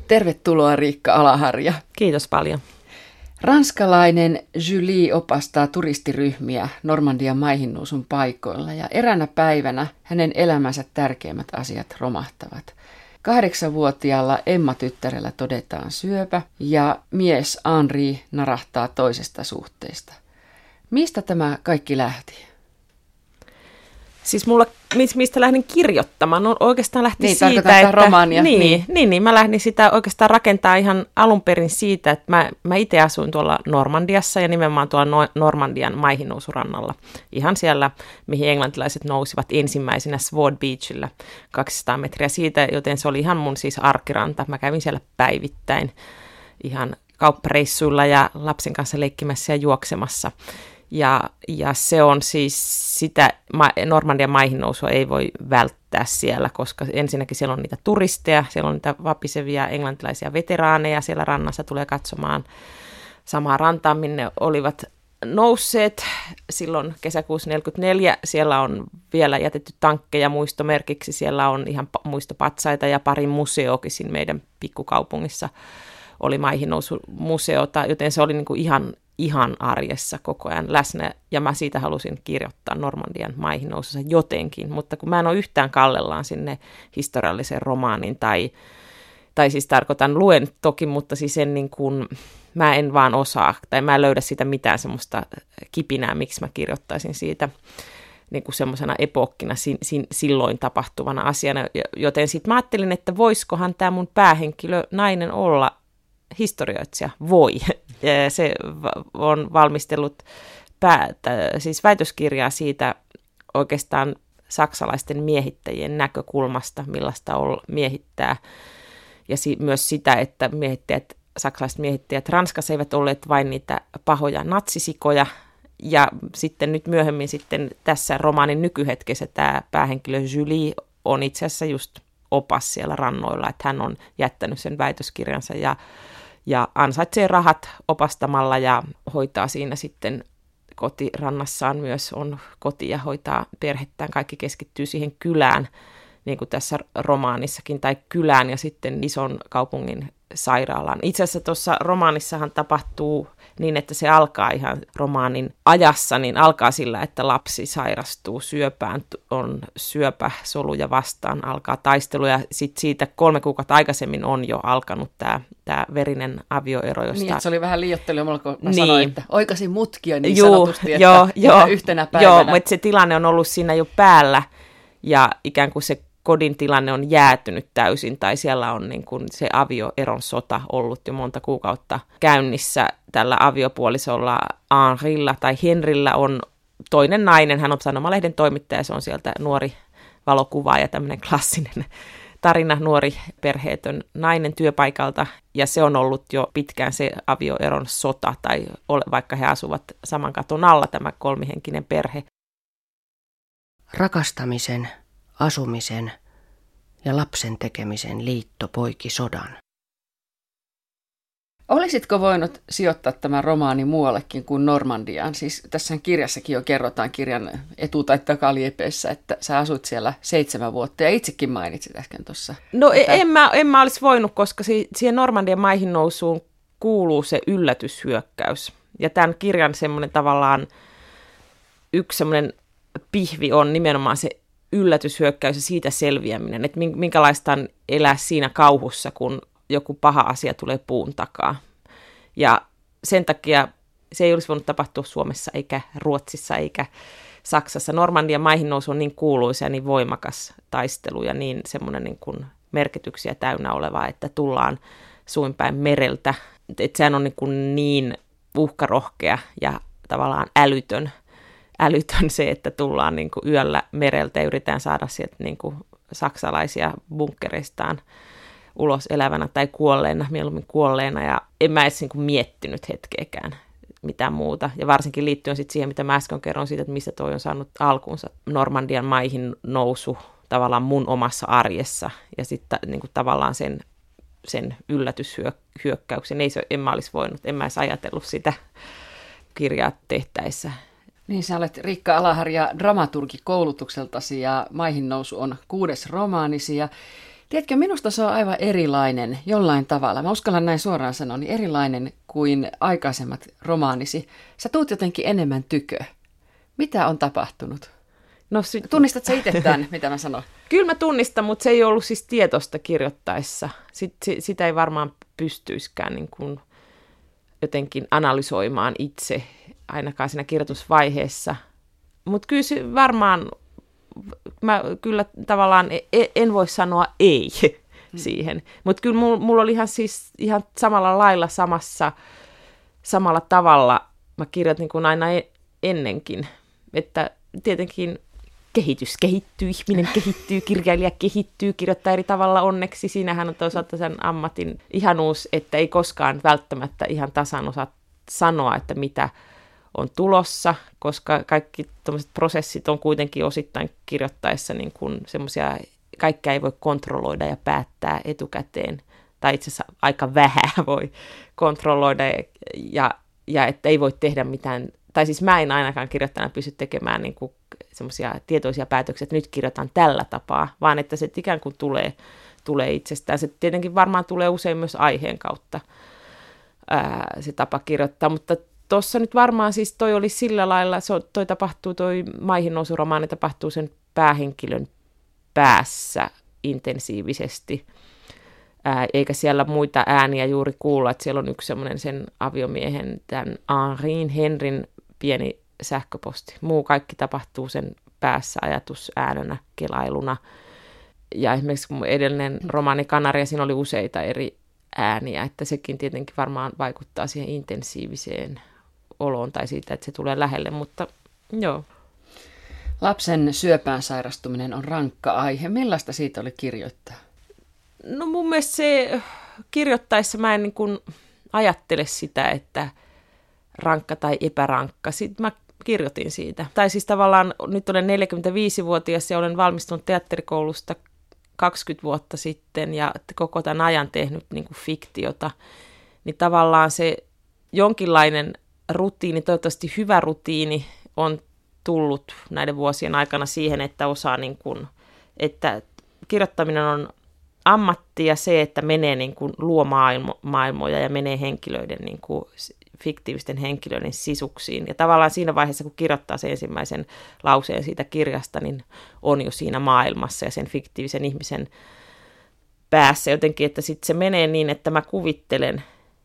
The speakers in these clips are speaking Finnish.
Tervetuloa Riikka Alaharja. Kiitos paljon. Ranskalainen Julie opastaa turistiryhmiä Normandian maihinnousun paikoilla ja eräänä päivänä hänen elämänsä tärkeimmät asiat romahtavat. 8-vuotiaalla Emma-tyttärellä todetaan syöpä ja mies Henri narahtaa toisesta suhteesta. Mistä tämä kaikki lähti? Siis mulla, mistä lähdin kirjoittamaan, no oikeastaan lähti siitä, että romaania. Niin, mä lähdin sitä oikeastaan rakentaa ihan alun perin siitä, että mä itse asuin tuolla Normandiassa ja nimenomaan tuolla Normandian maihinnousurannalla. Ihan siellä, mihin englantilaiset nousivat ensimmäisenä Sword Beachillä 200 metriä siitä, joten se oli ihan mun siis arkiranta. Mä kävin siellä päivittäin ihan kauppareissuilla ja lapsen kanssa leikkimässä ja juoksemassa. Ja se on siis sitä, Normandian maihinnousua ei voi välttää siellä, koska ensinnäkin siellä on niitä turisteja, siellä on niitä vapisevia englantilaisia veteraaneja, siellä rannassa tulee katsomaan samaa rantaa, minne olivat nousseet silloin kesäkuussa 1944. Siellä on vielä jätetty tankkeja muistomerkiksi, siellä on ihan muistopatsaita ja pari museoakin siinä meidän pikkukaupungissa oli maihinnousumuseota, joten se oli niin kuin ihan arjessa koko ajan läsnä, ja mä siitä halusin kirjoittaa Normandian maihinnousussa jotenkin, mutta kun mä en ole yhtään kallellaan sinne historiallisen romaanin, tai siis luen toki, mutta siis mä en vaan osaa, tai mä en löydä siitä mitään semmoista kipinää, miksi mä kirjoittaisin siitä niin kuin semmoisena epokkina silloin tapahtuvana asiana, joten sitten mä ajattelin, että voisikohan tämä mun päähenkilö nainen olla historioitsija. Voi. Se on valmistellut siis väitöskirjaa siitä oikeastaan saksalaisten miehittäjien näkökulmasta, millaista on miehittää. Ja myös sitä, että saksalaiset miehittäjät Ranskassa eivät olleet vain niitä pahoja natsisikoja. Ja sitten nyt myöhemmin sitten tässä romaanin nykyhetkessä tämä päähenkilö Julie on itse asiassa just opas siellä rannoilla, että hän on jättänyt sen väitöskirjansa ja ansaitsee rahat opastamalla ja hoitaa siinä sitten kotirannassaan myös on koti ja hoitaa perhettään. Kaikki keskittyy siihen kylään, niin kuin tässä romaanissakin, tai kylään ja sitten ison kaupungin sairaalaan. Itse asiassa tuossa romaanissahan tapahtuu niin, että se alkaa ihan romaanin ajassa, niin alkaa sillä, että lapsi sairastuu syöpään, on syöpäsoluja vastaan, alkaa taistelu, ja sitten siitä 3 kuukautta aikaisemmin on jo alkanut tämä verinen avioero. Josta... Niin, että se oli vähän liioittelua, kun mä sanoin, että oikaisin mutkia niin sanotusti, että yhtenä päivänä. Joo, mutta se tilanne on ollut siinä jo päällä, ja ikään kuin se kodin tilanne on jäätynyt täysin, tai siellä on niin kuin se avioeron sota ollut jo monta kuukautta käynnissä. Tällä aviopuolisolla Henrillä tai Henrillä on toinen nainen, hän on sanomalehden toimittaja, se on sieltä nuori valokuvaaja, tämmöinen klassinen tarina, nuori perheetön nainen työpaikalta, ja se on ollut jo pitkään se avioeron sota, tai vaikka he asuvat saman katon alla, tämä kolmihenkinen perhe. Rakastamisen, asumisen ja lapsen tekemisen liitto poiki sodan. Olisitko voinut sijoittaa tämän romaanin muuallekin kuin Normandiaan? Siis tässä kirjassakin jo kerrotaan kirjan etu- tai takaliepeessä, että sä asut siellä 7 vuotta ja itsekin mainitsit äsken tuossa. No en mä olisi voinut, koska siihen Normandian maihinnousuun kuuluu se yllätyshyökkäys. Ja tämän kirjan semmoinen tavallaan yksi semmoinen pihvi on nimenomaan se yllätyshyökkäys ja siitä selviäminen, että minkälaista on elää siinä kauhussa, kun joku paha asia tulee puun takaa. Ja sen takia se ei olisi voinut tapahtua Suomessa, eikä Ruotsissa, eikä Saksassa. Normandian maihinnousu on niin kuuluisa ja niin voimakas taistelu ja niin semmoinen niin kuin merkityksiä täynnä oleva, että tullaan suin päin mereltä. Että sehän on niin uhkarohkea ja tavallaan älytön se, että tullaan niin kuin yöllä mereltä ja yritetään saada sieltä niin kuin saksalaisia bunkkereistaan ulos elävänä tai kuolleena, mieluummin kuolleena. Ja en mä edes niin kuin miettinyt hetkeäkään mitään muuta. Ja varsinkin liittyen sitten siihen, mitä mä äsken kerron siitä, että mistä toi on saanut alkunsa. Normandian maihin nousu tavallaan mun omassa arjessa ja sitten niin kuin tavallaan sen yllätyshyökkäyksen. En mä olisi voinut, en mä edes ajatellut sitä kirjaa tehtäessä. Niin, sä olet Riikka Alaharja dramaturgi koulutukseltasi ja maihinnousu on 6. romaanisi. Ja Tiedätkö, minusta se on aivan erilainen jollain tavalla. Mä uskallan näin suoraan sanoa, niin erilainen kuin aikaisemmat romaanisi. Sä tuut jotenkin enemmän tykö. Mitä on tapahtunut? No, tunnistat sä itse tämän, mitä mä sanon? Kyllä mä tunnistan, mutta se ei ollut siis tietoista kirjoittaessa. Sitä ei varmaan pystyiskään niin kuin jotenkin analysoimaan itse, ainakaan siinä kirjoitusvaiheessa. Mutta kyllä se varmaan, mä kyllä tavallaan en voi sanoa ei siihen. Mutta kyllä mulla oli ihan samalla lailla samalla tavalla, mä kirjoitin kuin aina ennenkin, että tietenkin kehitys kehittyy, ihminen kehittyy, kirjailija kehittyy, kirjoittaa eri tavalla onneksi. Siinähän on toisaalta sen ammatin ihanuus, että ei koskaan välttämättä ihan tasan osaa sanoa, että mitä on tulossa, koska kaikki tämmöiset prosessit on kuitenkin osittain kirjoittaessa niin kuin semmoisia, kaikkea ei voi kontrolloida ja päättää etukäteen, tai itse asiassa aika vähän voi kontrolloida, ja että ei voi tehdä mitään, tai siis mä en ainakaan kirjoittajana pysty tekemään niin kuin semmoisia tietoisia päätöksiä, että nyt kirjoitan tällä tapaa, vaan että se ikään kuin tulee itsestään. Se tietenkin varmaan tulee usein myös aiheen kautta se tapa kirjoittaa, mutta tuossa nyt varmaan siis toi oli sillä lailla, toi maihinnousuromaani tapahtuu sen päähenkilön päässä intensiivisesti, eikä siellä muita ääniä juuri kuulla, että siellä on yksi semmoinen sen aviomiehen, tämän Henrin pieni sähköposti. Muu kaikki tapahtuu sen päässä ajatusäänönä, kelailuna. Ja esimerkiksi mun edellinen romaani Kanaria, siinä oli useita eri ääniä, että sekin tietenkin varmaan vaikuttaa siihen intensiiviseen oloon tai siitä, että se tulee lähelle, mutta joo. Lapsen syöpään sairastuminen on rankka aihe. Millaista siitä oli kirjoittaa? No mun mielestä se kirjoittaessa mä en niin kuin ajattele sitä, että rankka tai epärankka. Sitten mä kirjoitin siitä. Tai siis tavallaan nyt olen 45-vuotias ja olen valmistunut teatterikoulusta 20 vuotta sitten ja koko tämän ajan tehnyt niin kuin fiktiota. Niin tavallaan se jonkinlainen rutiini, toivottavasti hyvä rutiini, on tullut näiden vuosien aikana siihen, että osaa niin kuin, että kirjoittaminen on ammatti ja se, että menee niin kuin luo maailmoja ja menee henkilöiden niin kuin fiktiivisten henkilöiden sisuksiin. Ja tavallaan siinä vaiheessa, kun kirjoittaa sen ensimmäisen lauseen siitä kirjasta, niin on jo siinä maailmassa ja sen fiktiivisen ihmisen päässä jotenkin, että sitten se menee niin, että mä kuvittelen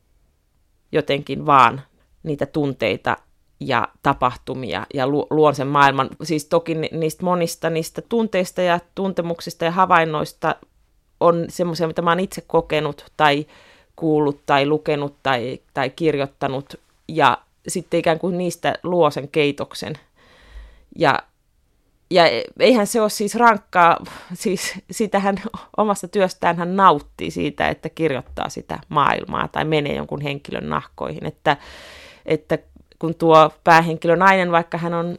jotenkin vaan niitä tunteita ja tapahtumia ja luon sen maailman. Siis toki niistä monista niistä tunteista ja tuntemuksista ja havainnoista on semmoisia, mitä mä oon itse kokenut tai kuullut tai lukenut tai kirjoittanut ja sitten ikään kuin niistä luo sen keitoksen. Ja eihän se ole siis rankkaa, siis sitähän omasta työstään hän nauttii siitä, että kirjoittaa sitä maailmaa tai menee jonkun henkilön nahkoihin. Että kun tuo päähenkilö nainen, vaikka hän on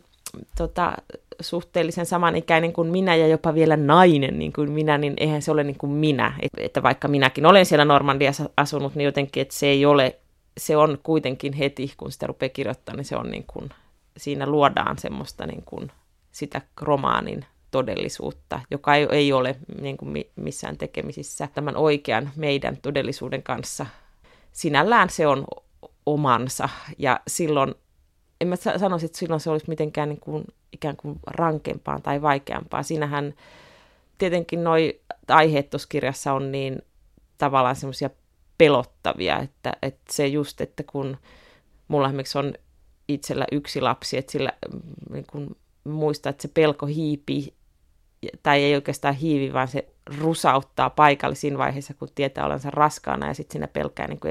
suhteellisen samanikäinen kuin minä ja jopa vielä nainen niin kuin minä, niin eihän se ole niin kuin minä. Että vaikka minäkin olen siellä Normandiassa asunut, niin jotenkin, että se ei ole, se on kuitenkin heti, kun sitä rupeaa kirjoittamaan, niin se on niin kuin, siinä luodaan semmoista niin kuin sitä romaanin todellisuutta, joka ei ole niin kuin missään tekemisissä tämän oikean meidän todellisuuden kanssa. Sinällään se on omansa ja silloin, en mä sanoisi, että silloin se olisi mitenkään niin kuin, ikään kuin rankempaa tai vaikeampaa. Siinähän tietenkin noi aiheet tuossa kirjassa on niin tavallaan semmoisia pelottavia, että se just, että kun mulla esimerkiksi on itsellä yksi lapsi, että sillä niin kun muistaa, että se pelko hiipii, tai ei oikeastaan hiivi, vaan se rusauttaa paikalle siinä vaiheessa, kun tietää olensa raskaana, ja sitten siinä pelkää niin kuin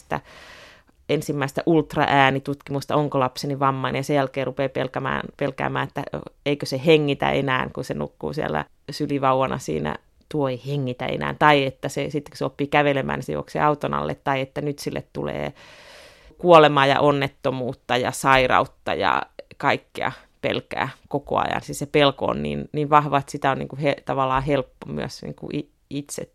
ensimmäistä ultraäänitutkimusta, onko lapseni vammainen, ja sen jälkeen rupeaa pelkäämään, että eikö se hengitä enää, kun se nukkuu siellä sylivauvana siinä, tuo ei hengitä enää, tai että se sitten kun se oppii kävelemään, niin se juoksee auton alle, tai että nyt sille tulee kuolemaa ja onnettomuutta ja sairautta ja kaikkea pelkää koko ajan. Siis se pelko on niin vahva, että sitä on niin kuin tavallaan helppo myös niin kuin itse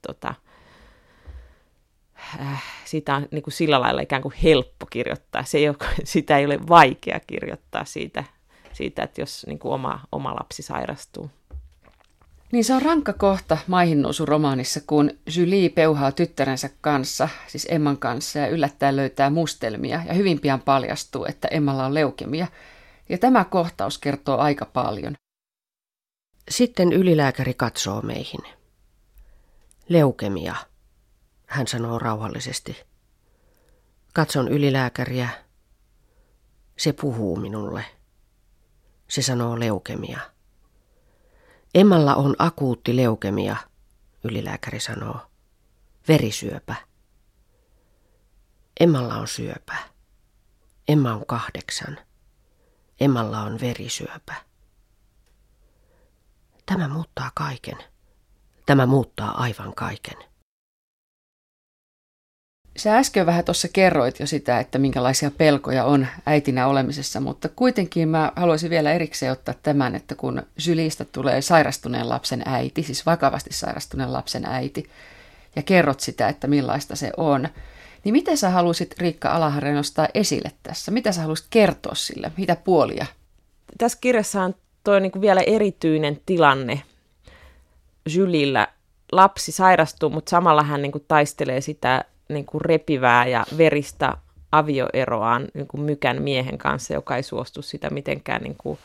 sitä on niin kuin sillä lailla ikään kuin helppo kirjoittaa. Sitä ei ole vaikea kirjoittaa siitä että jos niin kuin oma lapsi sairastuu. Niin se on rankka kohta Maihinnousu-romaanissa, kun Julie peuhaa tyttärensä kanssa, siis Emman kanssa, ja yllättäen löytää mustelmia, ja hyvin pian paljastuu, että Emmalla on leukemia. Ja tämä kohtaus kertoo aika paljon. Sitten ylilääkäri katsoo meihin. Leukemia, hän sanoo rauhallisesti. Katson ylilääkäriä. Se puhuu minulle. Se sanoo leukemia. Emmalla on akuutti leukemia, ylilääkäri sanoo. Verisyöpä. Emmalla on syöpä. Emma on 8. Emmalla on verisyöpä. Tämä muuttaa kaiken. Tämä muuttaa aivan kaiken. Sä äsken vähän tuossa kerroit jo sitä, että minkälaisia pelkoja on äitinä olemisessa, mutta kuitenkin mä haluaisin vielä erikseen ottaa tämän, että kun Juliestä tulee sairastuneen lapsen äiti, siis vakavasti sairastuneen lapsen äiti, ja kerrot sitä, että millaista se on, niin miten sä haluaisit, Riikka Alaharja, nostaa esille tässä? Mitä sä haluaisit kertoa sille? Mitä puolia? Tässä kirjassa on toi niin kuin vielä erityinen tilanne Juliellä. Lapsi sairastuu, mutta samalla hän niin kuin taistelee sitä niin kuin repivää ja veristä avioeroaan niin kuin mykän miehen kanssa, joka ei suostu sitä mitenkään, niin kuin,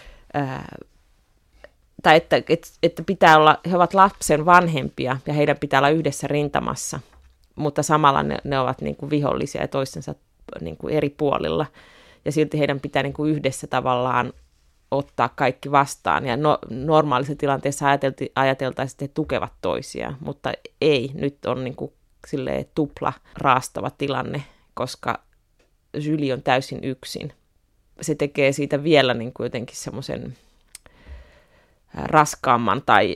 tai että pitää olla, he ovat lapsen vanhempia ja heidän pitää olla yhdessä rintamassa, mutta samalla ne ovat niin kuin vihollisia ja toistensa niin kuin eri puolilla. Ja silti heidän pitää niin kuin yhdessä tavallaan ottaa kaikki vastaan. Ja normaalissa tilanteessa ajateltaisiin, että he tukevat toisiaan, mutta ei. Nyt on niin kuin silleen tupla raastava tilanne, koska Julie on täysin yksin. Se tekee siitä vielä niin kuin jotenkin semmoisen raskaamman tai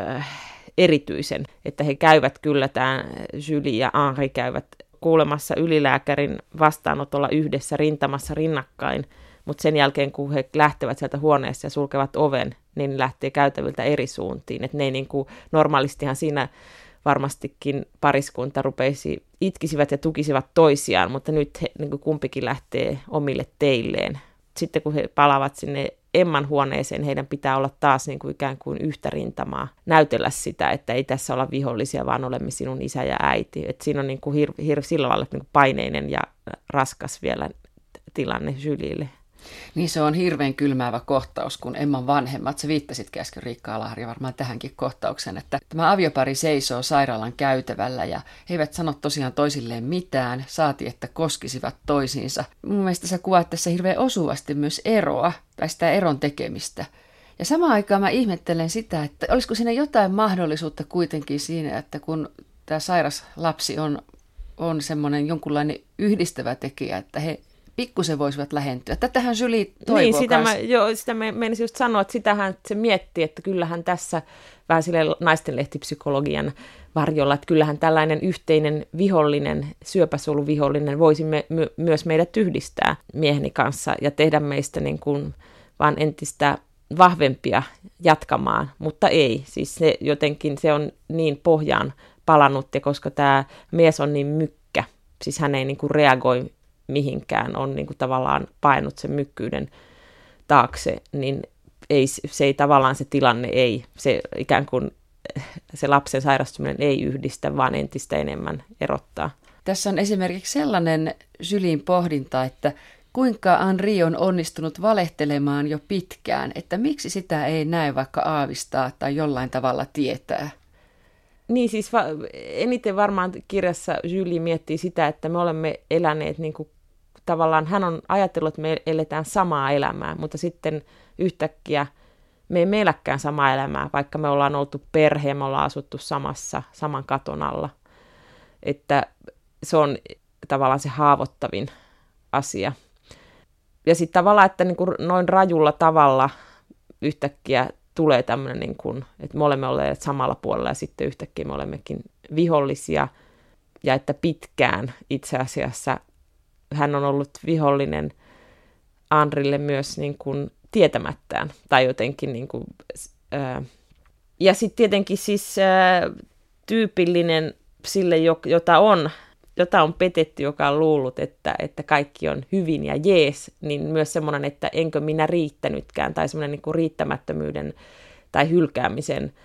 erityisen, että he käyvät kyllä, tämä Julie ja Henri käyvät kuulemassa ylilääkärin vastaanotolla yhdessä rintamassa rinnakkain, mutta sen jälkeen, kun he lähtevät sieltä huoneesta ja sulkevat oven, niin lähtee käytäviltä eri suuntiin. Et ne ei niin kuin, normaalistihan siinä varmastikin pariskunta itkisivät ja tukisivat toisiaan, mutta nyt he, niin kuin kumpikin lähtee omille teilleen. Sitten kun he palaavat sinne Emman huoneeseen, heidän pitää olla taas niin kuin ikään kuin yhtä rintamaa, näytellä sitä, että ei tässä olla vihollisia, vaan olemme sinun isä ja äiti. Et siinä on niin kuin sillä lailla niin kuin paineinen ja raskas vielä tilanne Julielle. Niin se on hirveän kylmäävä kohtaus, kun Emman vanhemmat, sä viittasitkin äsken Riikka Alaharja varmaan tähänkin kohtaukseen, että tämä aviopari seisoo sairaalan käytävällä ja he eivät sano tosiaan toisilleen mitään, saati että koskisivat toisiinsa. Mun mielestä sä kuvaat tässä hirveän osuvasti myös eroa tai sitä eron tekemistä. Ja samaan aikaan mä ihmettelen sitä, että olisiko siinä jotain mahdollisuutta kuitenkin siinä, että kun tämä sairas lapsi on semmoinen jonkunlainen yhdistävä tekijä, että he pikkusen voisivat lähentyä. Tätähän Julie toivoo. Niin, sitä mä menisin just sanoa, että sitähän se miettii, että kyllähän tässä vähän sille naistenlehtipsykologian varjolla, että kyllähän tällainen yhteinen vihollinen, syöpäsoluvihollinen voisi myös meidät yhdistää mieheni kanssa ja tehdä meistä niin kuin vaan entistä vahvempia jatkamaan, mutta ei. Siis se jotenkin se on niin pohjaan palannut ja koska tämä mies on niin mykkä, siis hän ei niin kuin reagoi mihinkään, on niin kuin tavallaan painut sen mykkyyden taakse, niin se ei tavallaan se tilanne ei, se ikään kuin se lapsen sairastuminen ei yhdistä, vaan entistä enemmän erottaa. Tässä on esimerkiksi sellainen Julien pohdinta, että kuinka Henri on onnistunut valehtelemaan jo pitkään, että miksi sitä ei näe vaikka aavistaa tai jollain tavalla tietää. Niin siis eniten varmaan kirjassa Julie miettii sitä, että me olemme eläneet niin kuin tavallaan, hän on ajatellut, että me eletään samaa elämää, mutta sitten yhtäkkiä me emme eläkään samaa elämää, vaikka me ollaan oltu perhe ja me ollaan asuttu saman katon alla. Että se on tavallaan se haavoittavin asia. Ja sitten tavallaan, että niin kuin noin rajulla tavalla yhtäkkiä tulee tämmöinen, niin kuin, että me olemme olleet samalla puolella ja sitten yhtäkkiä me olemmekin vihollisia. Ja että pitkään itse asiassa hän on ollut vihollinen Henrille myös niin kuin tietämättään. Tai jotenkin niin kuin, ja sitten tietenkin siis tyypillinen sille, jota on petetty, joka on luullut, että kaikki on hyvin ja jees, niin myös semmoinen, että enkö minä riittänytkään, tai semmoinen niin kuin riittämättömyyden tai hylkäämisen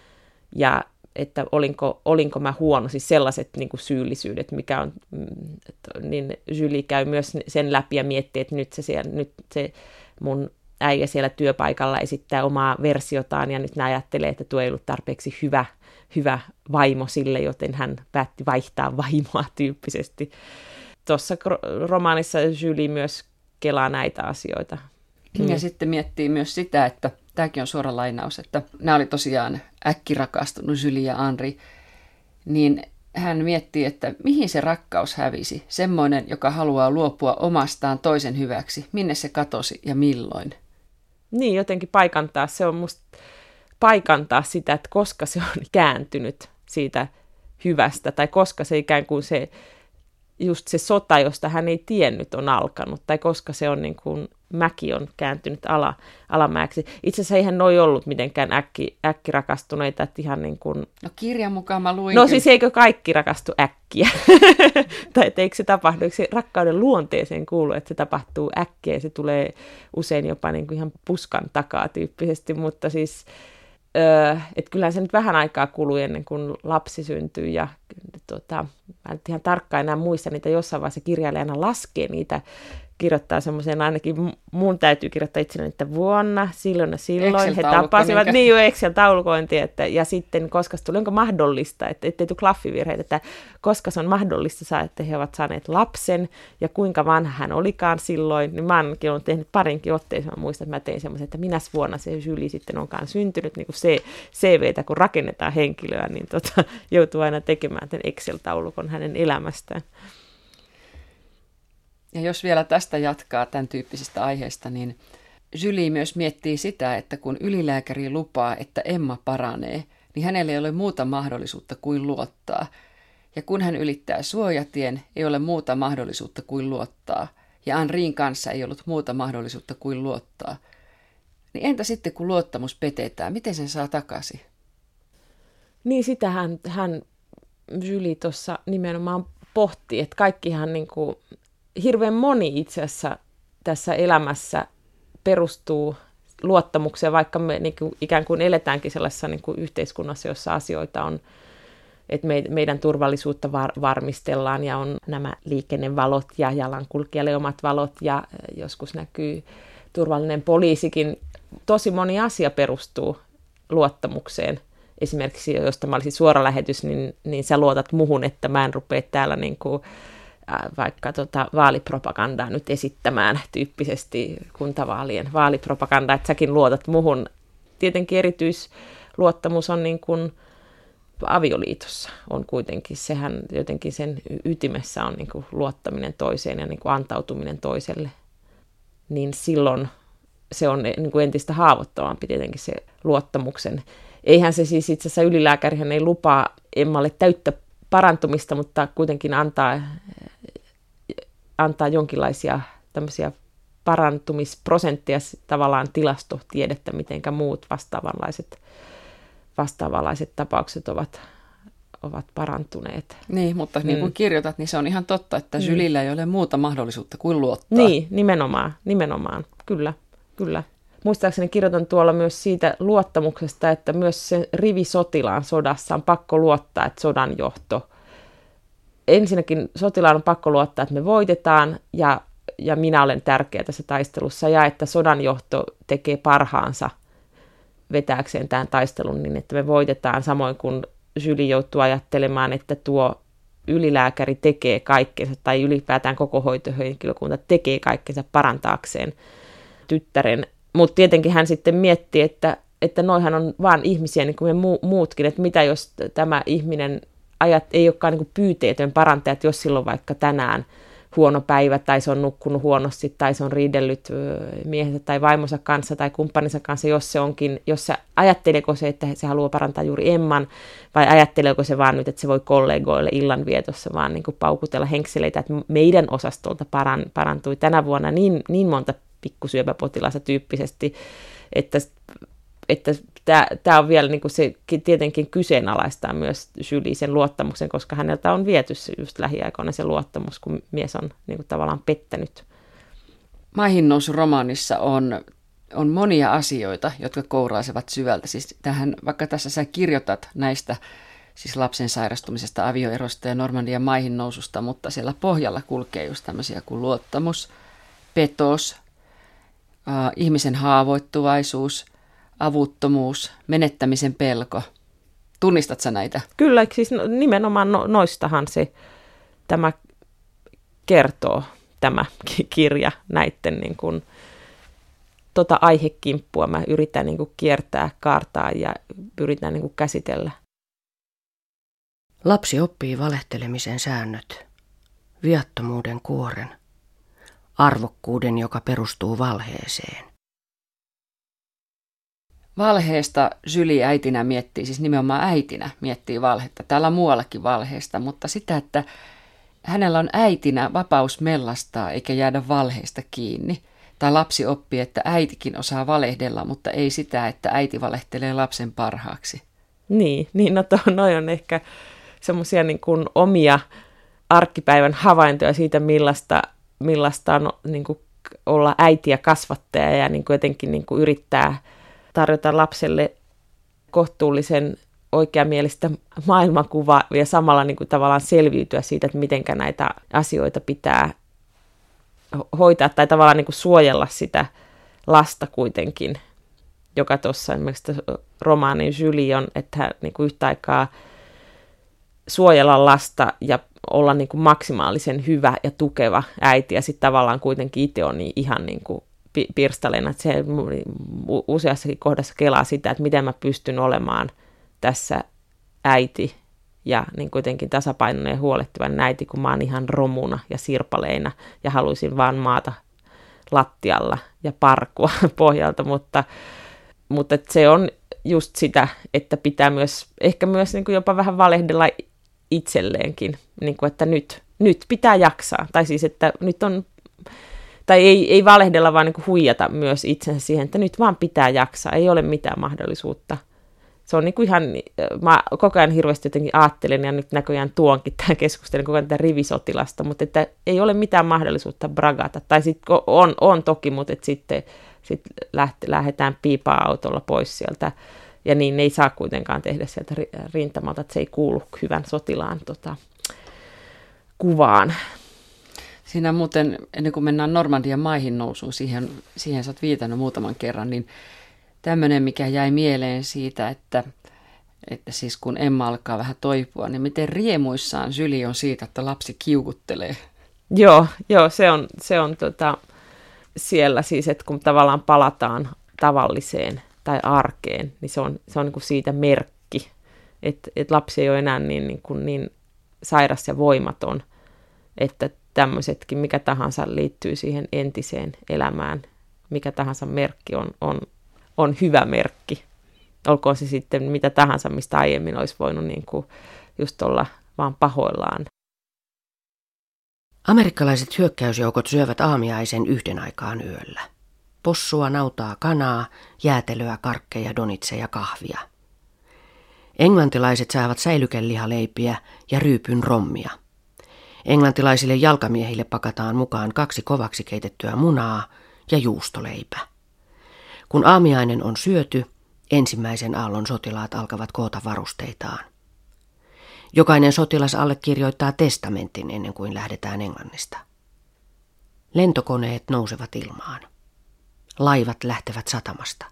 ja että olinko mä huono, siis sellaiset niin kuin syyllisyydet, mikä on, niin Julie käy myös sen läpi ja miettii, että nyt se mun äijä siellä työpaikalla esittää omaa versiotaan, ja nyt ne ajattelee, että tuo ei ollut tarpeeksi hyvä vaimo sille, joten hän päätti vaihtaa vaimoa tyyppisesti. Tuossa romaanissa Julie myös kelaa näitä asioita. Ja sitten miettii myös sitä, että tämäkin on suora lainaus, että nämä oli tosiaan äkkirakastunut Julie ja Henri, niin hän miettii, että mihin se rakkaus hävisi, semmoinen, joka haluaa luopua omastaan toisen hyväksi, minne se katosi ja milloin. Niin, jotenkin paikantaa, se on musta paikantaa sitä, että koska se on kääntynyt siitä hyvästä, tai koska se ikään kuin just se sota, josta hän ei tiennyt, on alkanut, tai koska se on niin kuin mäki on kääntynyt alamäeksi. Itse asiassa eihän noi ollut mitenkään äkkirakastuneita, että ihan niin kuin... No kirjan mukaan mä luin... No siis eikö kaikki rakastu äkkiä? Tai että eikö se tapahdu, eikö se rakkauden luonteeseen kuulu, että se tapahtuu äkkiä, se tulee usein jopa niin kuin ihan puskan takaa tyyppisesti, mutta siis... Että kyllähän se nyt vähän aikaa kului ennen kuin lapsi syntyy, ja mä en ihan tarkkaan enää muista niitä, jossain vaiheessa kirjailijana laskee niitä, kirjoittaa semmoisen, ainakin mun täytyy kirjoittaa itselleni, että vuonna, silloin ja silloin he tapasivat, niin jo Excel-taulukointi, ja sitten koska se tuli, onko mahdollista, ettei tule klaffivirheitä, että koska se on mahdollista, että he ovat saaneet lapsen, ja kuinka vanha hän olikaan silloin, niin mä ainakin olen tehnyt parinkin otteeseen, mä muistan, että mä tein semmoisen, että minäs vuonna se Julie sitten onkaan syntynyt, niin kuin CVtä, kun rakennetaan henkilöä, niin joutuu aina tekemään tämän Excel-taulukon hänen elämästään. Ja jos vielä tästä jatkaa tämän tyyppisistä aiheista, niin Julie myös miettii sitä, että kun ylilääkäri lupaa, että Emma paranee, niin hänellä ei ole muuta mahdollisuutta kuin luottaa. Ja kun hän ylittää suojatien, ei ole muuta mahdollisuutta kuin luottaa. Ja Henrin kanssa ei ollut muuta mahdollisuutta kuin luottaa. Niin entä sitten, kun luottamus petetään, miten sen saa takaisin? Niin sitä hän Julie tuossa nimenomaan pohti, että kaikkihan niin kuin... Hirveän moni itse asiassa tässä elämässä perustuu luottamukseen, vaikka me niin kuin, ikään kuin eletäänkin sellaisessa niin kuin yhteiskunnassa, jossa asioita on, että meidän turvallisuutta varmistellaan ja on nämä liikennevalot ja jalankulkijalle omat valot ja joskus näkyy turvallinen poliisikin. Tosi moni asia perustuu luottamukseen. Esimerkiksi jos tämä olisi suora lähetys, niin sä luotat muhun, että mä en rupea täällä niin kuin vaikka vaalipropagandaa nyt esittämään tyyppisesti kuntavaalien vaalipropagandaa, että säkin luotat muhun. Tietenkin erityisluottamus on niin kuin avioliitossa on kuitenkin, sehän jotenkin sen ytimessä on niin kuin luottaminen toiseen ja niin kuin antautuminen toiselle. Niin silloin se on niin kuin entistä haavoittavampi tietenkin se luottamuksen. Eihän se siis itse asiassa ylilääkärihän ei lupaa Emmalle täyttä parantumista, mutta kuitenkin antaa jonkinlaisia tämmöisiä parantumisprosentteja, tavallaan tilastotiedettä, mitenkä muut vastaavanlaiset tapaukset ovat parantuneet. Niin, mutta niin kuin kirjoitat, niin se on ihan totta, että Juliella ei ole muuta mahdollisuutta kuin luottaa. Niin, nimenomaan, kyllä. Muistaakseni kirjoitan tuolla myös siitä luottamuksesta, että myös se rivisotilaan sodassa on pakko luottaa, että sodan johto. Ensinnäkin sotilaan on pakko luottaa, että me voitetaan ja minä olen tärkeä tässä taistelussa ja että sodan johto tekee parhaansa vetääkseen tämän taistelun niin, että me voitetaan, samoin kuin Julie joutuu ajattelemaan, että tuo ylilääkäri tekee kaikkensa tai ylipäätään koko hoitohenkilökunta tekee kaikkensa parantaakseen tyttären. Mutta tietenkin hän sitten miettii, että noihan on vaan ihmisiä niin kuin me muutkin, että mitä jos tämä ihminen ei olekaan niin kuin pyyteetön parantaja, että jos silloin vaikka tänään huono päivä tai se on nukkunut huonosti tai se on riidellyt miehensä tai vaimonsa kanssa tai kumppaninsa kanssa, jos se ajatteleeko se, että se haluaa parantaa juuri Emman vai ajatteleeko se vaan nyt, että se voi kollegoille illanvietossa vaan niin kuin paukutella henkseleitä, että meidän osastolta parantui tänä vuonna niin monta pikkusyöpäpotilasta tyyppisesti, että tämä on vielä niin kuin se tietenkin kyseenalaistaa myös Julie sen luottamuksen, koska häneltä on viety just lähiaikoina se luottamus, kun mies on niin kuin tavallaan pettänyt. Maihinnousu-romaanissa on on monia asioita, jotka kouraisevat syvältä. Siis vaikka tässä sä kirjoitat näistä siis lapsen sairastumisesta, avioerosta ja Normandian maihin noususta, mutta siellä pohjalla kulkee just tämmöisiä kuin luottamus, petos, ihmisen haavoittuvaisuus, avuttomuus, menettämisen pelko. Tunnistat sä näitä? Kyllä, siis nimenomaan noistahan tämä kertoo, tämä kirja näiden niin kuin, aihekimppua. Mä yritän niin kuin kiertää, kaartaa ja yritän niin kuin käsitellä. Lapsi oppii valehtelemisen säännöt, viattomuuden kuoren, arvokkuuden, joka perustuu valheeseen. Valheesta Julie äitinä miettii, siis nimenomaan äitinä miettii valhetta. Täällä on muuallakin valheesta, mutta sitä, että hänellä on äitinä vapaus mellastaa eikä jäädä valheesta kiinni. Tai lapsi oppii, että äitikin osaa valehdella, mutta ei sitä, että äiti valehtelee lapsen parhaaksi. Niin no noi on ehkä semmoisia niin kuin omia arkipäivän havaintoja siitä, millaista on niin kuin olla äiti ja kasvattaja ja niin kuin jotenkin niin kuin yrittää tarjota lapselle kohtuullisen oikeamielistä maailmankuvaa ja samalla niin kuin tavallaan selviytyä siitä, että mitenkä näitä asioita pitää hoitaa tai tavallaan niin kuin suojella sitä lasta kuitenkin, joka tuossa esimerkiksi romaanin Julie on, että hän niin kuin yhtä aikaa suojella lasta ja olla niin kuin maksimaalisen hyvä ja tukeva äiti ja sitten tavallaan kuitenkin itse on niin ihan niin kuin pirstaleena, että se useassakin kohdassa kelaa sitä, että miten mä pystyn olemaan tässä äiti ja niin kuitenkin tasapainoinen ja huolehtivan äiti, kun mä oon ihan romuna ja sirpaleina ja haluaisin vaan maata lattialla ja parkua pohjalta, mutta se on just sitä, että pitää myös, ehkä myös niin kuin jopa vähän valehdella itselleenkin, niin kuin, että nyt pitää jaksaa, tai siis, että nyt on, tai ei valehdella, vaan niin kuin huijata myös itsensä siihen, että nyt vaan pitää jaksaa, ei ole mitään mahdollisuutta. Se on niin kuin ihan, mä koko ajan hirveästi jotenkin ajattelen, ja nyt näköjään tuonkin tämän keskustelun koko ajan tätä rivisotilasta, mutta että ei ole mitään mahdollisuutta bragata, tai sitten on toki, mutta että sitten lähdetään piipaa-autolla pois sieltä, ja niin ei saa kuitenkaan tehdä sieltä rintamalta, että se ei kuulu hyvän sotilaan kuvaan. Siinä muuten, ennen kuin mennään Normandian maihin nousuun, siihen sä oot viitannut muutaman kerran, niin tämmöinen, mikä jäi mieleen siitä, että siis kun Emma alkaa vähän toipua, niin miten riemuissaan Julie on siitä, että lapsi kiukuttelee. Joo, se on siellä siis, että kun tavallaan palataan tavalliseen tai arkeen, niin se on niin kuin siitä merkki, että lapsi ei ole enää niin sairas ja voimaton, että tämmöisetkin, mikä tahansa liittyy siihen entiseen elämään, mikä tahansa merkki on hyvä merkki. Olkoon se sitten mitä tahansa, mistä aiemmin olisi voinut niin kuin just olla vaan pahoillaan. Amerikkalaiset hyökkäysjoukot syövät aamiaisen yhden aikaan yöllä. Possua, nautaa, kanaa, jäätelöä, karkkeja, donitseja, kahvia. Englantilaiset saavat säilykellihaleipiä ja ryypyn rommia. Englantilaisille jalkamiehille pakataan mukaan 2 kovaksi keitettyä munaa ja juustoleipä. Kun aamiainen on syöty, ensimmäisen aallon sotilaat alkavat koota varusteitaan. Jokainen sotilas allekirjoittaa testamentin ennen kuin lähdetään Englannista. Lentokoneet nousevat ilmaan. Laivat lähtevät satamasta.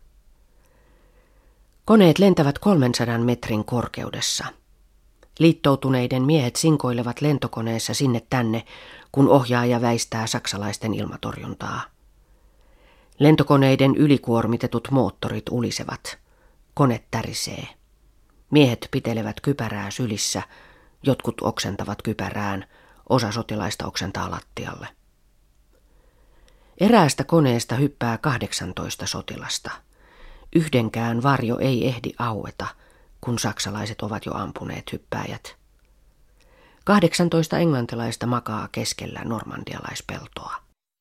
Koneet lentävät 300 metrin korkeudessa. Liittoutuneiden miehet sinkoilevat lentokoneessa sinne tänne, kun ohjaaja väistää saksalaisten ilmatorjuntaa. Lentokoneiden ylikuormitetut moottorit ulisevat. Kone tärisee. Miehet pitelevät kypärää sylissä, jotkut oksentavat kypärään, osa sotilaista oksentaa lattialle. Eräästä koneesta hyppää 18 sotilasta. Yhdenkään varjo ei ehdi aueta, kun saksalaiset ovat jo ampuneet hyppääjät. 18 englantilaista makaa keskellä normandialaispeltoa.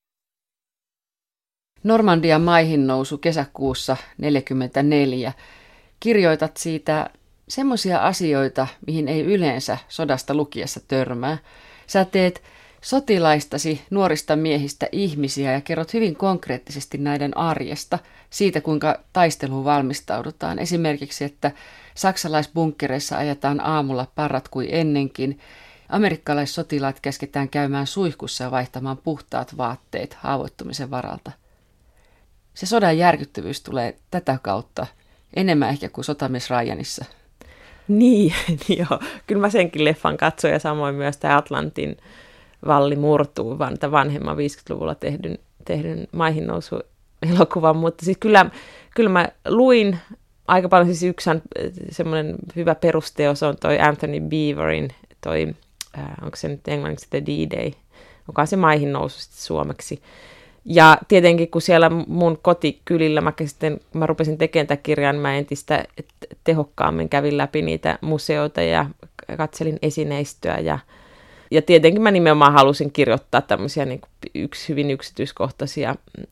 Normandian maihin nousu kesäkuussa 1944. Kirjoitat siitä semmoisia asioita, mihin ei yleensä sodasta lukiessa törmää. Sä teet sotilaistasi, nuorista miehistä ihmisiä ja kerrot hyvin konkreettisesti näiden arjesta, siitä kuinka taisteluun valmistaudutaan. Esimerkiksi, että saksalaisbunkkereissa ajetaan aamulla parrat kuin ennenkin, amerikkalaissotilaat käsketään käymään suihkussa ja vaihtamaan puhtaat vaatteet haavoittumisen varalta. Se sodan järkyttävyys tulee tätä kautta enemmän ehkä kuin Sotamies Ryanissa. Niin, joo. Kyllä mä senkin leffan katsoin ja samoin myös tämä Atlantin valli murtuu, vaan vanhemman 50-luvulla tehdyn maihinnousu-elokuvan. Mutta siis kyllä mä luin aika paljon, siis yksi semmoinen hyvä perusteos on toi Anthony Beevorin, onko se nyt englanniksi The D-Day, joka on se maihinnousu suomeksi. Ja tietenkin, kun siellä mun kotikylillä mä rupesin tekemään tätä kirjaa, niin mä entistä tehokkaammin kävin läpi niitä museoita ja katselin esineistöä. Ja tietenkin mä nimenomaan halusin kirjoittaa tämmöisiä niin kuin hyvin yksityiskohtaisia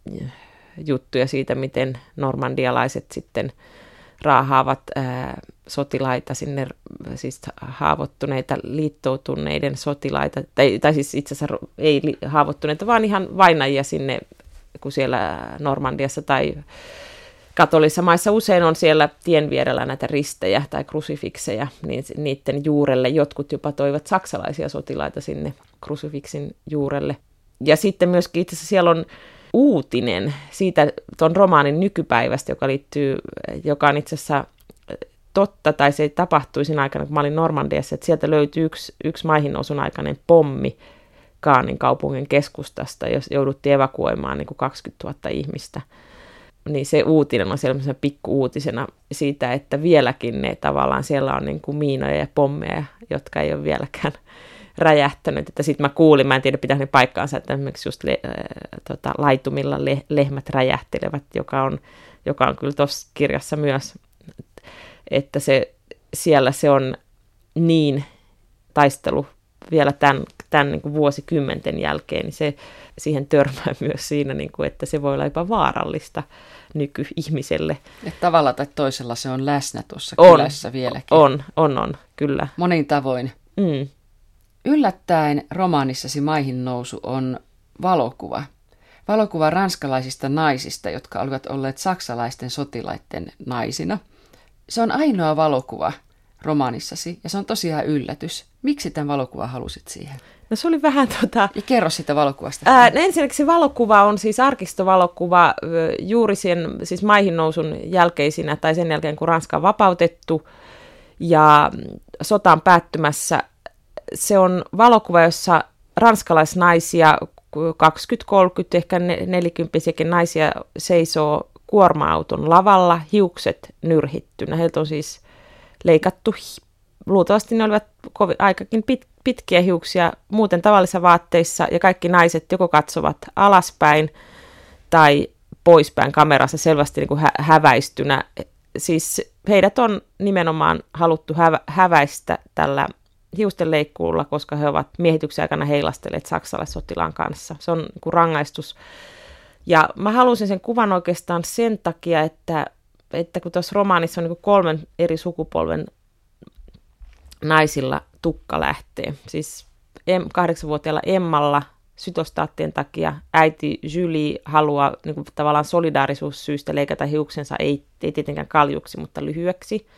juttuja siitä, miten normandialaiset sitten raahaavat sotilaita sinne, siis haavoittuneita liittoutuneiden sotilaita, tai siis itse asiassa ei haavoittuneita, vaan ihan vainajia sinne, kun siellä Normandiassa tai katolisissa maissa usein on siellä tien vierellä näitä ristejä tai krusifikseja, niin niiden juurelle jotkut jopa toivat saksalaisia sotilaita sinne krusifiksin juurelle. Ja sitten myöskin itse asiassa siellä on uutinen siitä tuon romaanin nykypäivästä, joka on itse asiassa totta, tai se tapahtui siinä aikana, kun mä olin Normandiassa, että sieltä löytyi yksi maihinnousun aikainen pommi Caanin kaupungin keskustasta, jos jouduttiin evakuoimaan niin kuin 20 000 ihmistä. Niin se uutinen on sellaisena pikku-uutisena siitä, että vieläkin ne tavallaan siellä on niin kuin miinoja ja pommeja, jotka ei ole vieläkään räjähtänyt. Että sitten mä kuulin, mä en tiedä pitää ne paikkaansa, että esimerkiksi just laitumilla lehmät räjähtelevät, joka on kyllä tuossa kirjassa myös, että siellä se on niin taistelu vielä tämän niin kuin vuosikymmenten jälkeen, niin se siihen törmää myös siinä, niin kuin, että se voi olla jopa vaarallista nykyihmiselle. Että tavalla tai toisella se on läsnä tuossa kylässä vieläkin. On, kyllä. Monin tavoin. Mm. Yllättäen romaanissasi Maihinnousu on valokuva. Valokuva ranskalaisista naisista, jotka olivat olleet saksalaisten sotilaiden naisina. Se on ainoa valokuva romaanissasi ja se on tosiaan yllätys. Miksi tämän valokuvan halusit siihen? No se oli vähän Ja kerro sitä valokuvasta. Ensinnäkin se valokuva on siis arkistovalokuva juuri sen siis Maihinnousun jälkeisinä tai sen jälkeen, kun Ranska on vapautettu ja sota on päättymässä. Se on valokuva, jossa ranskalaisnaisia, 20-30, ehkä 40-vuotiaitakin naisia seisoo kuorma-auton lavalla, hiukset nyrhittynä. Heiltä on siis leikattu, luultavasti ne olivat aikakin pitkiä hiuksia, muuten tavallisissa vaatteissa, ja kaikki naiset joko katsovat alaspäin tai poispäin kamerassa selvästi niin kuin häväistynä. Siis heidät on nimenomaan haluttu häväistä tällä hiustenleikkuulla, koska he ovat miehityksen aikana heilastelleet saksalaissotilaan kanssa. Se on niin kuin rangaistus. Ja mä halusin sen kuvan oikeastaan sen takia, että kun tuossa romaanissa on niin kuin 3 eri sukupolven naisilla tukka lähtee. Siis 8-vuotiaalla Emmalla sytostaattien takia äiti Julie haluaa niin kuin tavallaan solidaarisuussyistä leikata hiuksensa, ei tietenkään kaljuksi, mutta lyhyeksi.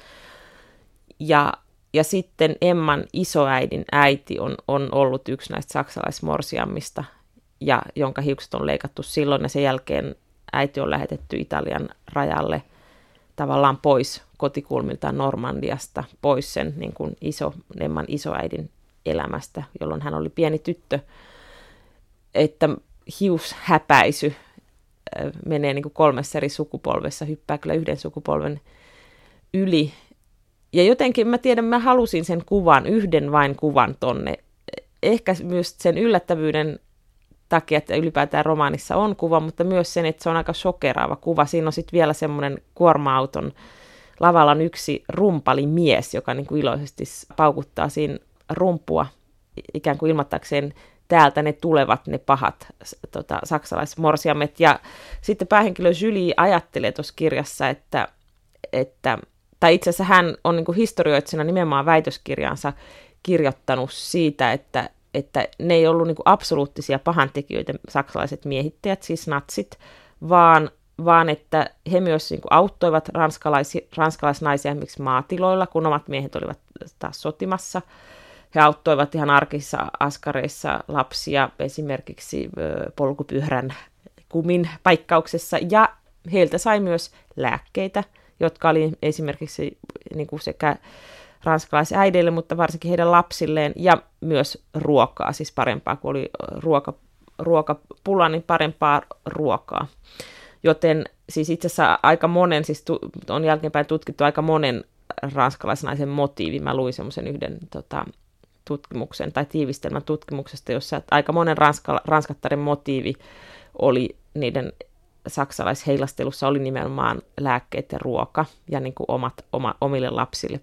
Ja sitten Emman isoäidin äiti on ollut yksi näistä saksalaismorsiammista, ja jonka hiukset on leikattu silloin, ja sen jälkeen äiti on lähetetty Italian rajalle tavallaan pois kotikulmiltaan Normandiasta, pois sen niin kuin Emman isoäidin elämästä, jolloin hän oli pieni tyttö. Että hiushäpäisy menee niin kuin 3 eri sukupolvessa, hyppää kyllä 1 sukupolven yli. Ja jotenkin mä halusin sen kuvan, yhden vain kuvan tonne. Ehkä myös sen yllättävyyden takia, että ylipäätään romaanissa on kuva, mutta myös sen, että se on aika shokeraava kuva. Siinä on sitten vielä semmoinen kuorma-auton lavalla on yksi rumpalimies, joka niin kuin iloisesti paukuttaa siinä rumpua ikään kuin ilmoittaakseen täältä ne tulevat ne pahat saksalaismorsiamet. Ja sitten päähenkilö Julie ajattelee tuossa kirjassa, tai itse asiassa hän on niin kuin historioitsijana nimenomaan väitöskirjaansa kirjoittanut siitä, että ne ei ollut niin kuin absoluuttisia pahantekijöitä, saksalaiset miehittäjät, siis natsit, vaan että he myös niin kuin auttoivat ranskalaisnaisia esimerkiksi maatiloilla, kun omat miehet olivat taas sotimassa. He auttoivat ihan arkisissa askareissa lapsia esimerkiksi polkupyörän kumin paikkauksessa, ja heiltä sai myös lääkkeitä, jotka oli esimerkiksi niin kuin sekä ranskalaisäideille, mutta varsinkin heidän lapsilleen, ja myös ruokaa, siis parempaa, kun oli ruokapula, niin parempaa ruokaa. Joten siis itse asiassa aika monen, siis on jälkeenpäin tutkittu aika monen ranskalaisnaisen motiivi. Mä luin semmoisen yhden tutkimuksen tai tiivistelmän tutkimuksesta, jossa aika monen ranskattaren motiivi oli niiden saksalaisheilastelussa oli nimenomaan lääkkeet ja ruoka ja niin kuin omille lapsille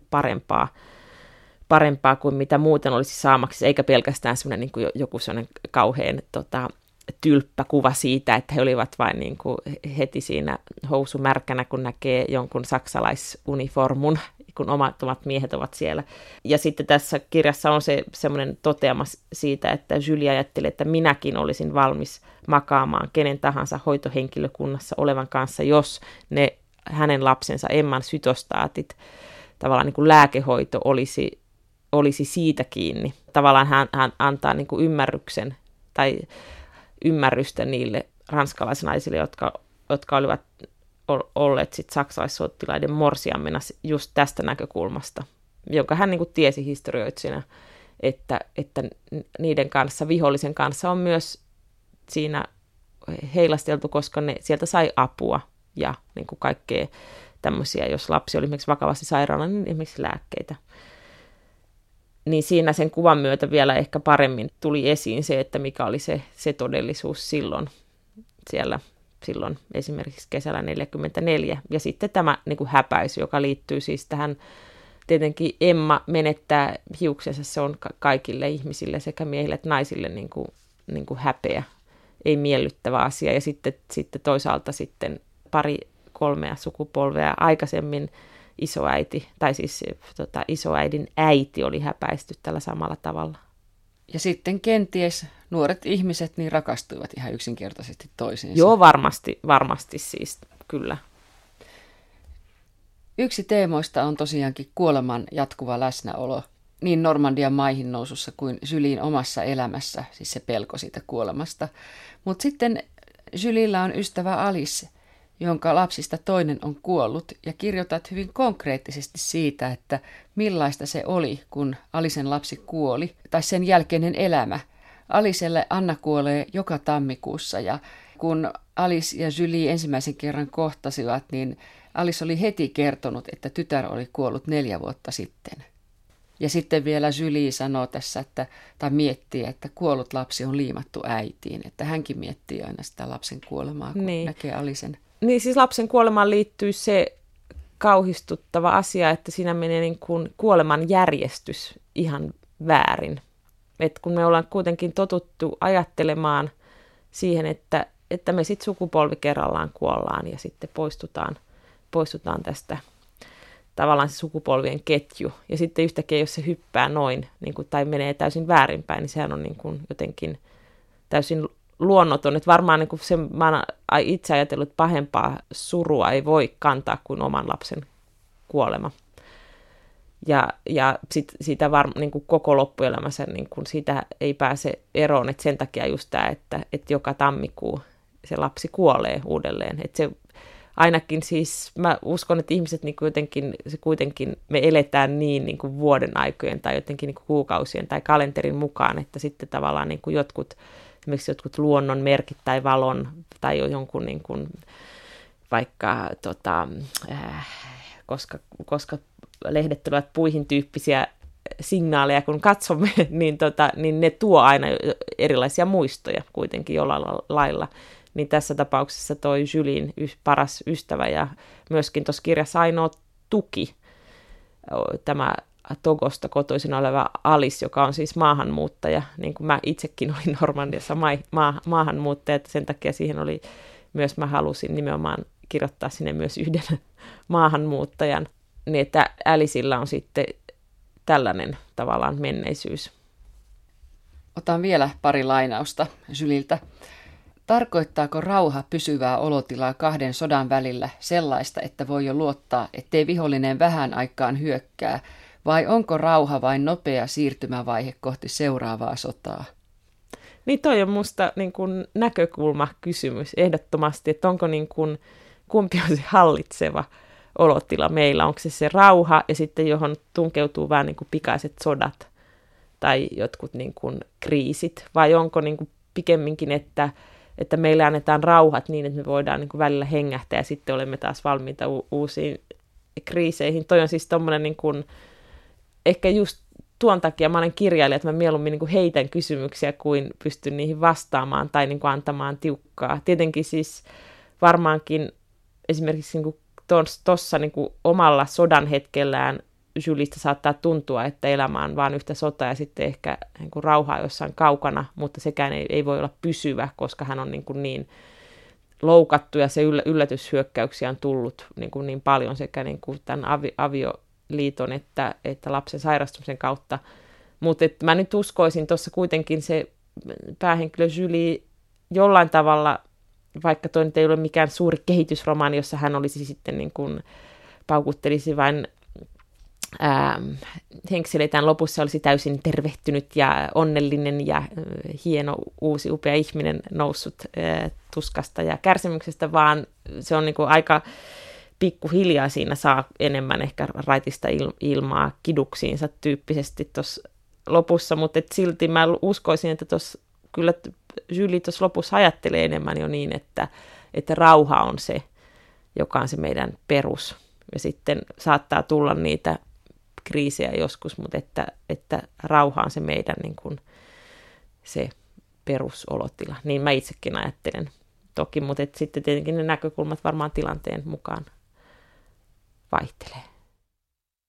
parempaa kuin mitä muuten olisi saamaksi, eikä pelkästään semmoinen niin kuin joku sellainen kauhean tylppä kuva siitä, että he olivat vain niin kuin heti siinä housu märkänä, kun näkee jonkun saksalaisuniformun, kun omat miehet ovat siellä. Ja sitten tässä kirjassa on se semmoinen toteama siitä, että Julie ajatteli, että minäkin olisin valmis makaamaan kenen tahansa hoitohenkilökunnassa olevan kanssa, jos ne hänen lapsensa Emman sytostaatit, tavallaan niin kuin lääkehoito olisi siitä kiinni. Tavallaan hän antaa niin kuin ymmärryksen tai ymmärrystä niille ranskalaisnaisille, jotka olivat olleet sit saksalaissotilaiden morsiammena just tästä näkökulmasta, jonka hän niin kuin tiesi historioitsijana, että niiden kanssa, vihollisen kanssa on myös siinä heilasteltu, koska ne sieltä sai apua ja niin kuin kaikkea tämmöisiä, jos lapsi oli esimerkiksi vakavasti sairaana, niin esimerkiksi lääkkeitä. Niin siinä sen kuvan myötä vielä ehkä paremmin tuli esiin se, että mikä oli se todellisuus silloin esimerkiksi kesällä 1944. Ja sitten tämä niin kuin häpäisy, joka liittyy siis tähän, tietenkin Emma menettää hiuksensa, se on kaikille ihmisille sekä miehille että naisille niin kuin häpeä, ei miellyttävä asia. Ja sitten toisaalta sitten 2-3 sukupolvea aikaisemmin isoäiti, tai siis isoäidin äiti oli häpäisty tällä samalla tavalla. Ja sitten kenties nuoret ihmiset niin rakastuivat ihan yksinkertaisesti toisiinsa. Joo, varmasti siis, kyllä. Yksi teemoista on tosiaankin kuoleman jatkuva läsnäolo, niin Normandian maihin nousussa kuin Julien omassa elämässä, siis se pelko siitä kuolemasta. Mutta sitten Juliella on ystävä Alice, jonka lapsista toinen on kuollut, ja kirjoitat hyvin konkreettisesti siitä, että millaista se oli, kun Alicen lapsi kuoli, tai sen jälkeinen elämä. Alicelle Anna kuolee joka tammikuussa, ja kun Alice ja Julie ensimmäisen kerran kohtasivat, niin Alice oli heti kertonut, että tytär oli kuollut 4 vuotta sitten. Ja sitten vielä Julie sanoo tässä, tai miettii, että kuollut lapsi on liimattu äitiin, että hänkin miettii aina sitä lapsen kuolemaa, kun näkee Alicen. Niin, siis lapsen kuolemaan liittyy se kauhistuttava asia, että siinä menee niin kuin kuoleman järjestys ihan väärin. Et kun me ollaan kuitenkin totuttu ajattelemaan siihen, että me sitten sukupolvi kerrallaan kuollaan ja sitten poistutaan tästä tavallaan se sukupolvien ketju. Ja sitten yhtäkkiä, jos se hyppää noin niin kuin, tai menee täysin väärinpäin, niin sehän on niin kuin jotenkin täysin luonnoton. Että varmaan niin kuin mä oon itse ajatellut, että pahempaa surua ei voi kantaa kuin oman lapsen kuolema. Ja siitä niin kuin koko loppuelämänsä niin kuin siitä ei pääse eroon. Että sen takia just tämä, että joka tammikuu se lapsi kuolee uudelleen. Että se ainakin siis, mä uskon, että ihmiset niin kuitenkin me eletään niin kuin vuoden aikojen tai jotenkin niin kuin kuukausien tai kalenterin mukaan, että sitten tavallaan niin kuin esimerkiksi jotkut luonnon merkit tai valon tai jonkun niin kuin, vaikka koska lehdet tulevat puihin tyyppisiä signaaleja, kun katsomme, niin ne tuo aina erilaisia muistoja kuitenkin jollain lailla. Niin tässä tapauksessa toi Julien paras ystävä ja myöskin tuossa kirjassa ainoa tuki, tämä Togosta kotoisin oleva Alice, joka on siis maahanmuuttaja, niin kuin mä itsekin olin Normandiassa maahanmuuttaja, että sen takia siihen oli myös, mä halusin nimenomaan kirjoittaa sinne myös yhden maahanmuuttajan, niin että Alicella on sitten tällainen tavallaan menneisyys. Otan vielä pari lainausta Juliltä. Tarkoittaako rauha pysyvää olotilaa kahden sodan välillä sellaista, että voi jo luottaa, ettei vihollinen vähän aikaan hyökkää, vai onko rauha vain nopea siirtymävaihe kohti seuraavaa sotaa? Niin toi on musta niin kuin näkökulmakysymys ehdottomasti, että onko niin kuin, kumpi on se hallitseva olotila meillä. Onko se rauha ja sitten johon tunkeutuu vähän niin kuin pikaiset sodat tai jotkut niin kuin kriisit, vai onko niin kuin pikemminkin, että meille annetaan rauhat niin, että me voidaan niin kuin välillä hengähtää ja sitten olemme taas valmiita uusiin kriiseihin. Toi on siis tommoinen niin kuin, ehkä just tuon takia mä olen kirjailija, että mä mieluummin niin kuin heitän kysymyksiä kuin pystyn niihin vastaamaan tai niin kuin antamaan tiukkaa. Tietenkin siis varmaankin esimerkiksi niin tuossa niin omalla sodan hetkellään Julista saattaa tuntua, että elämä on vaan yhtä sotaa ja sitten ehkä niin kuin rauhaa jossain kaukana, mutta sekään ei voi olla pysyvä, koska hän on niin loukattu ja se yllätyshyökkäyksiä on tullut niin paljon sekä niin kuin tämän avioliiton että lapsen sairastumisen kautta. Mutta mä nyt uskoisin tuossa kuitenkin se päähenkilö Julie jollain tavalla, vaikka toi nyt ei ole mikään suuri kehitysromaani, jossa hän olisi sitten niin kuin paukuttelisi vain henkseleitään lopussa, olisi täysin tervehtynyt ja onnellinen ja hieno, uusi, upea ihminen noussut tuskasta ja kärsimyksestä, vaan se on niin kuin aika pikkuhiljaa siinä saa enemmän ehkä raitista ilmaa kiduksiinsa tyyppisesti tuossa lopussa, mutta silti mä uskoisin, että kyllä Julie tuossa lopussa ajattelee enemmän jo niin, että rauha on se, joka on se meidän perus. Ja sitten saattaa tulla niitä kriisejä joskus, mutta että rauha on se meidän niin kuin, se perusolotila. Niin mä itsekin ajattelen toki, mutta sitten tietenkin ne näkökulmat varmaan tilanteen mukaan vaihtelee.